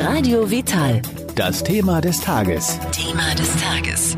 Radio Vital. Das Thema des Tages. Thema des Tages.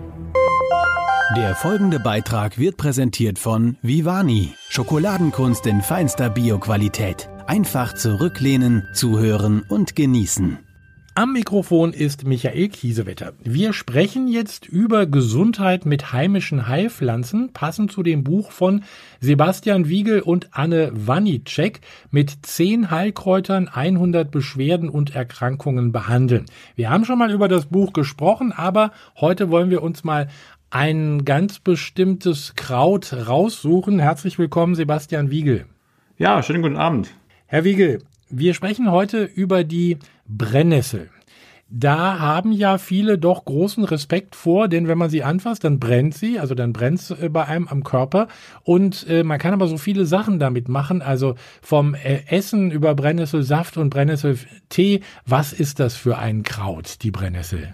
Der folgende Beitrag wird präsentiert von Vivani. Schokoladenkunst in feinster Bioqualität. Einfach zurücklehnen, zuhören und genießen. Am Mikrofon ist Michael Kiesewetter. Wir sprechen jetzt über Gesundheit mit heimischen Heilpflanzen, passend zu dem Buch von Sebastian Wiegel und Anne Wanicek mit 10 Heilkräutern 100 Beschwerden und Erkrankungen behandeln. Wir haben schon mal über das Buch gesprochen, aber heute wollen wir uns mal ein ganz bestimmtes Kraut raussuchen. Herzlich willkommen, Sebastian Wiegel. Ja, schönen guten Abend. Herr Wiegel, wir sprechen heute über die Brennnessel. Da haben ja viele doch großen Respekt vor, denn wenn man sie anfasst, dann brennt sie, also dann brennt es bei einem am Körper und man kann aber so viele Sachen damit machen, also vom Essen über Brennnesselsaft und Brennnesseltee. Was ist das für ein Kraut, die Brennnessel?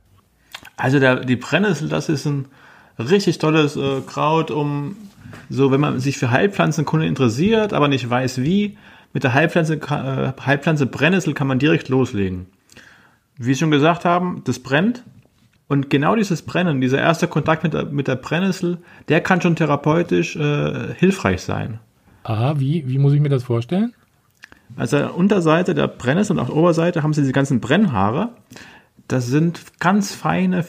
Also die Brennnessel, das ist ein richtig tolles Kraut, wenn man sich für Heilpflanzenkunde interessiert, aber nicht weiß wie. Mit der Heilpflanze Brennnessel kann man direkt loslegen. Wie Sie schon gesagt haben, das brennt. Und genau dieses Brennen, dieser erste Kontakt mit der Brennnessel, der kann schon therapeutisch hilfreich sein. Aha, wie muss ich mir das vorstellen? Also an der Unterseite der Brennnessel und auf der Oberseite haben Sie diese ganzen Brennhaare. Das sind ganz feine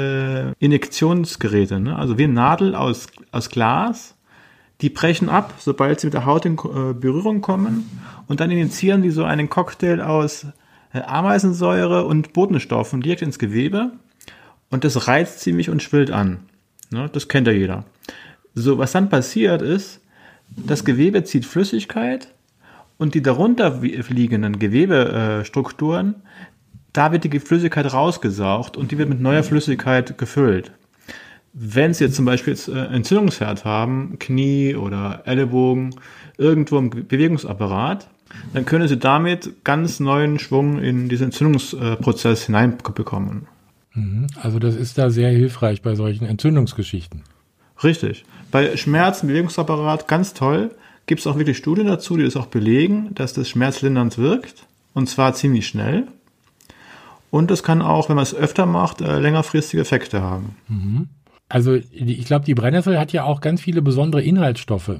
Injektionsgeräte, ne? Also wie eine Nadel aus Glas. Die brechen ab, sobald sie mit der Haut in Berührung kommen und dann injizieren die so einen Cocktail aus Ameisensäure und Botenstoffen direkt ins Gewebe und das reizt ziemlich und schwillt an. Ne, das kennt ja jeder. So, was dann passiert ist, das Gewebe zieht Flüssigkeit und die darunter liegenden Gewebestrukturen, da wird die Flüssigkeit rausgesaugt und die wird mit neuer Flüssigkeit gefüllt. Wenn Sie jetzt zum Beispiel Entzündungsherd haben, Knie oder Ellenbogen, irgendwo im Bewegungsapparat, dann können Sie damit ganz neuen Schwung in diesen Entzündungsprozess hineinbekommen. Also das ist da sehr hilfreich bei solchen Entzündungsgeschichten. Richtig. Bei Schmerz im Bewegungsapparat ganz toll. Gibt es auch wirklich Studien dazu, die das auch belegen, dass das schmerzlindernd wirkt. Und zwar ziemlich schnell. Und es kann auch, wenn man es öfter macht, längerfristige Effekte haben. Also ich glaube, die Brennnessel hat ja auch ganz viele besondere Inhaltsstoffe.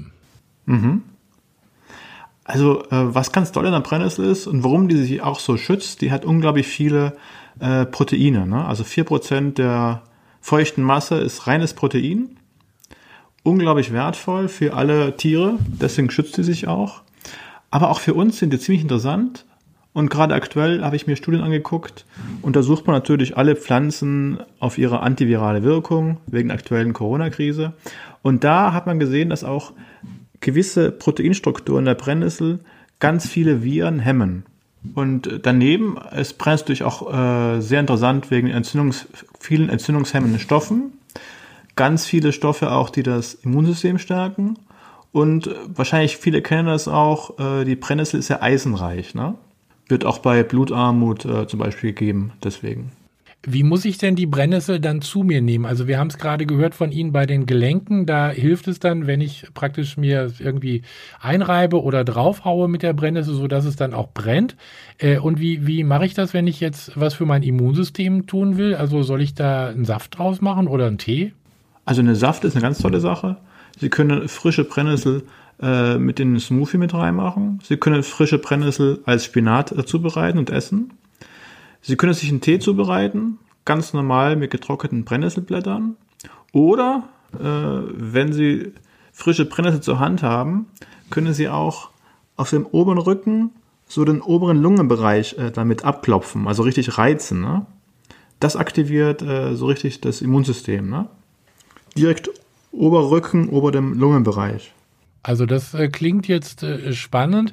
Also was ganz toll an der Brennnessel ist und warum die sich auch so schützt, die hat unglaublich viele Proteine. Ne? Also 4% der feuchten Masse ist reines Protein. Unglaublich wertvoll für alle Tiere, deswegen schützt sie sich auch. Aber auch für uns sind die ziemlich interessant. Und gerade aktuell habe ich mir Studien angeguckt, untersucht man natürlich alle Pflanzen auf ihre antivirale Wirkung wegen der aktuellen Corona-Krise. Und da hat man gesehen, dass auch gewisse Proteinstrukturen der Brennnessel ganz viele Viren hemmen. Und daneben ist Brennnessel natürlich auch sehr interessant wegen vielen entzündungshemmenden Stoffen. Ganz viele Stoffe auch, die das Immunsystem stärken. Und wahrscheinlich viele kennen das auch, die Brennnessel ist ja eisenreich, ne? Wird auch bei Blutarmut zum Beispiel gegeben, deswegen. Wie muss ich denn die Brennnessel dann zu mir nehmen? Also wir haben es gerade gehört von Ihnen bei den Gelenken, da hilft es dann, wenn ich praktisch mir irgendwie einreibe oder draufhaue mit der Brennnessel, sodass es dann auch brennt. Und wie mache ich das, wenn ich jetzt was für mein Immunsystem tun will? Also soll ich da einen Saft draus machen oder einen Tee? Also eine Saft ist eine ganz tolle Sache. Sie können frische Brennnessel mit in den Smoothie mit reinmachen. Sie können frische Brennnessel als Spinat zubereiten und essen. Sie können sich einen Tee zubereiten, ganz normal mit getrockneten Brennnesselblättern. Oder wenn Sie frische Brennnessel zur Hand haben, können Sie auch auf dem oberen Rücken so den oberen Lungenbereich damit abklopfen, also richtig reizen. Ne? Das aktiviert so richtig das Immunsystem. Ne? Direkt Oberrücken, ober dem Lungenbereich. Also das klingt jetzt spannend.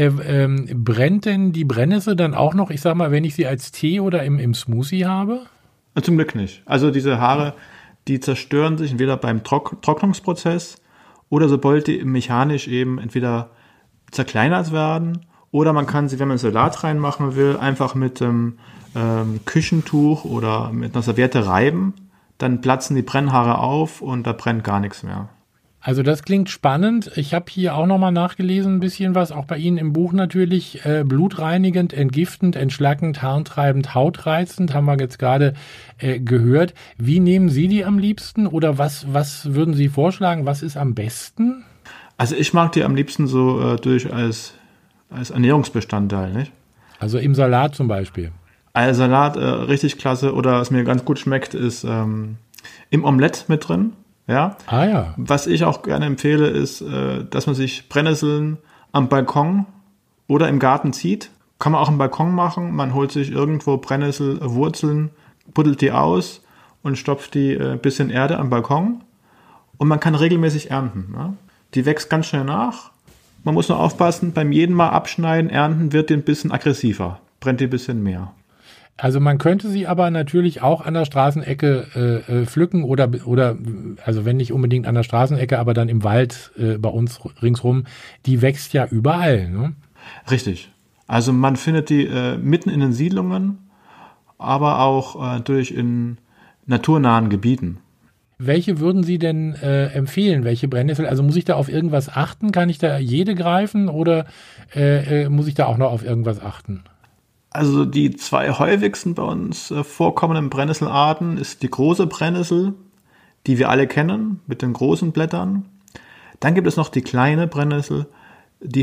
Brennt denn die Brennnessel dann auch noch, ich sag mal, wenn ich sie als Tee oder im Smoothie habe? Zum Glück nicht. Also diese Haare, die zerstören sich entweder beim Trocknungsprozess oder sobald die mechanisch eben entweder zerkleinert werden oder man kann sie, wenn man Salat reinmachen will, einfach mit einem Küchentuch oder mit einer Serviette reiben. Dann platzen die Brennhaare auf und da brennt gar nichts mehr. Also das klingt spannend. Ich habe hier auch nochmal nachgelesen, ein bisschen was, auch bei Ihnen im Buch natürlich. Blutreinigend, entgiftend, entschlackend, harntreibend, hautreizend, haben wir jetzt gerade gehört. Wie nehmen Sie die am liebsten oder was würden Sie vorschlagen? Was ist am besten? Also ich mag die am liebsten so durch als Ernährungsbestandteil, nicht? Also im Salat zum Beispiel. Als Salat richtig klasse oder was mir ganz gut schmeckt, ist im Omelett mit drin. Ja. Ah ja. Was ich auch gerne empfehle, ist, dass man sich Brennnesseln am Balkon oder im Garten zieht. Kann man auch am Balkon machen. Man holt sich irgendwo Brennnesselwurzeln, buddelt die aus und stopft die ein bisschen Erde am Balkon. Und man kann regelmäßig ernten. Ne? Die wächst ganz schnell nach. Man muss nur aufpassen, beim jeden Mal abschneiden, ernten wird die ein bisschen aggressiver, brennt die ein bisschen mehr. Also man könnte sie aber natürlich auch an der Straßenecke pflücken oder also wenn nicht unbedingt an der Straßenecke, aber dann im Wald bei uns ringsrum. Die wächst ja überall, ne? Richtig. Also man findet die mitten in den Siedlungen, aber auch durch in naturnahen Gebieten. Welche würden Sie denn empfehlen? Welche Brennnessel? Also muss ich da auf irgendwas achten? Kann ich da jede greifen oder muss ich da auch noch auf irgendwas achten? Also die zwei häufigsten bei uns vorkommenden Brennnesselarten ist die große Brennnessel, die wir alle kennen, mit den großen Blättern. Dann gibt es noch die kleine Brennnessel, die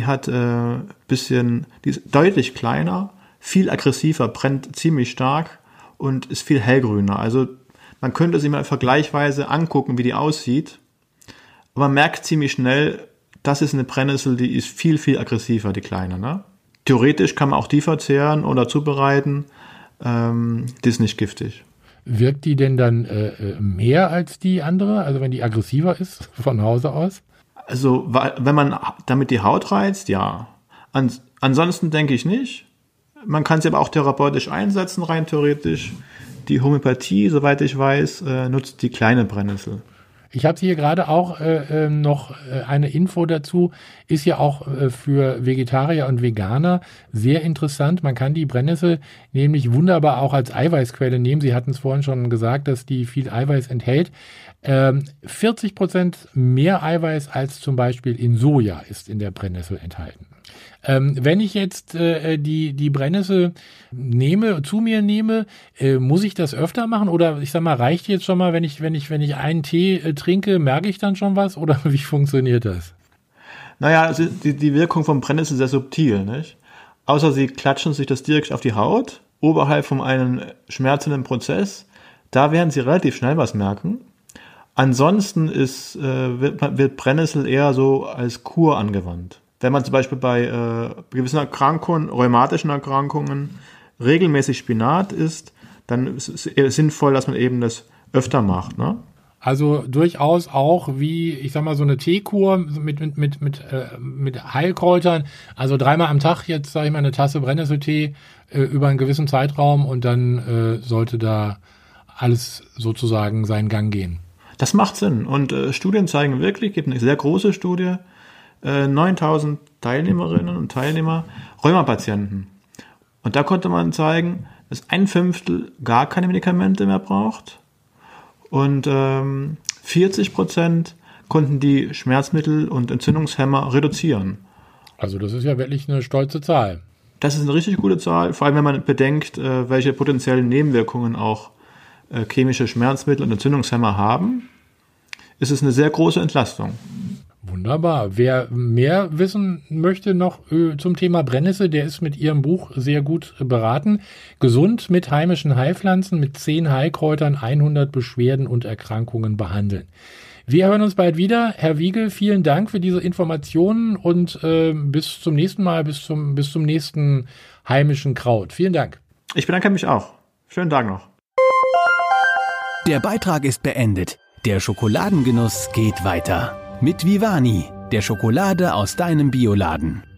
die ist deutlich kleiner, viel aggressiver, brennt ziemlich stark und ist viel hellgrüner. Also man könnte sie mal vergleichsweise angucken, wie die aussieht. Aber man merkt ziemlich schnell, das ist eine Brennnessel, die ist viel, viel aggressiver, die kleine, ne? Theoretisch kann man auch die verzehren oder zubereiten. Die ist nicht giftig. Wirkt die denn dann mehr als die andere? Also wenn die aggressiver ist von Hause aus? Also wenn man damit die Haut reizt, ja. Ansonsten denke ich nicht. Man kann sie aber auch therapeutisch einsetzen, rein theoretisch. Die Homöopathie, soweit ich weiß, nutzt die kleine Brennnessel. Ich habe hier gerade auch noch eine Info dazu, ist ja auch für Vegetarier und Veganer sehr interessant. Man kann die Brennnessel nämlich wunderbar auch als Eiweißquelle nehmen. Sie hatten es vorhin schon gesagt, dass die viel Eiweiß enthält. 40% mehr Eiweiß als zum Beispiel in Soja ist in der Brennnessel enthalten. Wenn ich jetzt die Brennnessel zu mir nehme, muss ich das öfter machen? Oder ich sag mal, reicht jetzt schon mal, wenn ich einen Tee trinke, merke ich dann schon was? Oder wie funktioniert das? Naja, also die Wirkung von Brennnessel ist sehr subtil, nicht? Außer sie klatschen sich das direkt auf die Haut, oberhalb von einem schmerzenden Prozess. Da werden sie relativ schnell was merken. Ansonsten wird Brennnessel eher so als Kur angewandt. Wenn man zum Beispiel bei gewissen Erkrankungen, rheumatischen Erkrankungen, regelmäßig Spinat isst, dann ist es eher sinnvoll, dass man eben das öfter macht, ne? Also durchaus auch wie, ich sag mal, so eine Teekur mit Heilkräutern. Also 3-mal am Tag jetzt, sage ich mal, eine Tasse Brennnesseltee über einen gewissen Zeitraum und dann sollte da alles sozusagen seinen Gang gehen. Das macht Sinn. Und Studien zeigen wirklich, gibt eine sehr große Studie, 9.000 Teilnehmerinnen und Teilnehmer, Rheumapatienten. Und da konnte man zeigen, dass 1/5 gar keine Medikamente mehr braucht und 40% konnten die Schmerzmittel und Entzündungshemmer reduzieren. Also das ist ja wirklich eine stolze Zahl. Das ist eine richtig gute Zahl, vor allem wenn man bedenkt, welche potenziellen Nebenwirkungen auch chemische Schmerzmittel und Entzündungshemmer haben, ist es eine sehr große Entlastung. Wunderbar. Wer mehr wissen möchte noch zum Thema Brennnessel, der ist mit Ihrem Buch sehr gut beraten. Gesund mit heimischen Heilpflanzen, mit 10 Heilkräutern, 100 Beschwerden und Erkrankungen behandeln. Wir hören uns bald wieder. Herr Wiegel, vielen Dank für diese Informationen und bis zum nächsten Mal, bis zum nächsten heimischen Kraut. Vielen Dank. Ich bedanke mich auch. Schönen Tag noch. Der Beitrag ist beendet. Der Schokoladengenuss geht weiter. Mit Vivani, der Schokolade aus deinem Bioladen.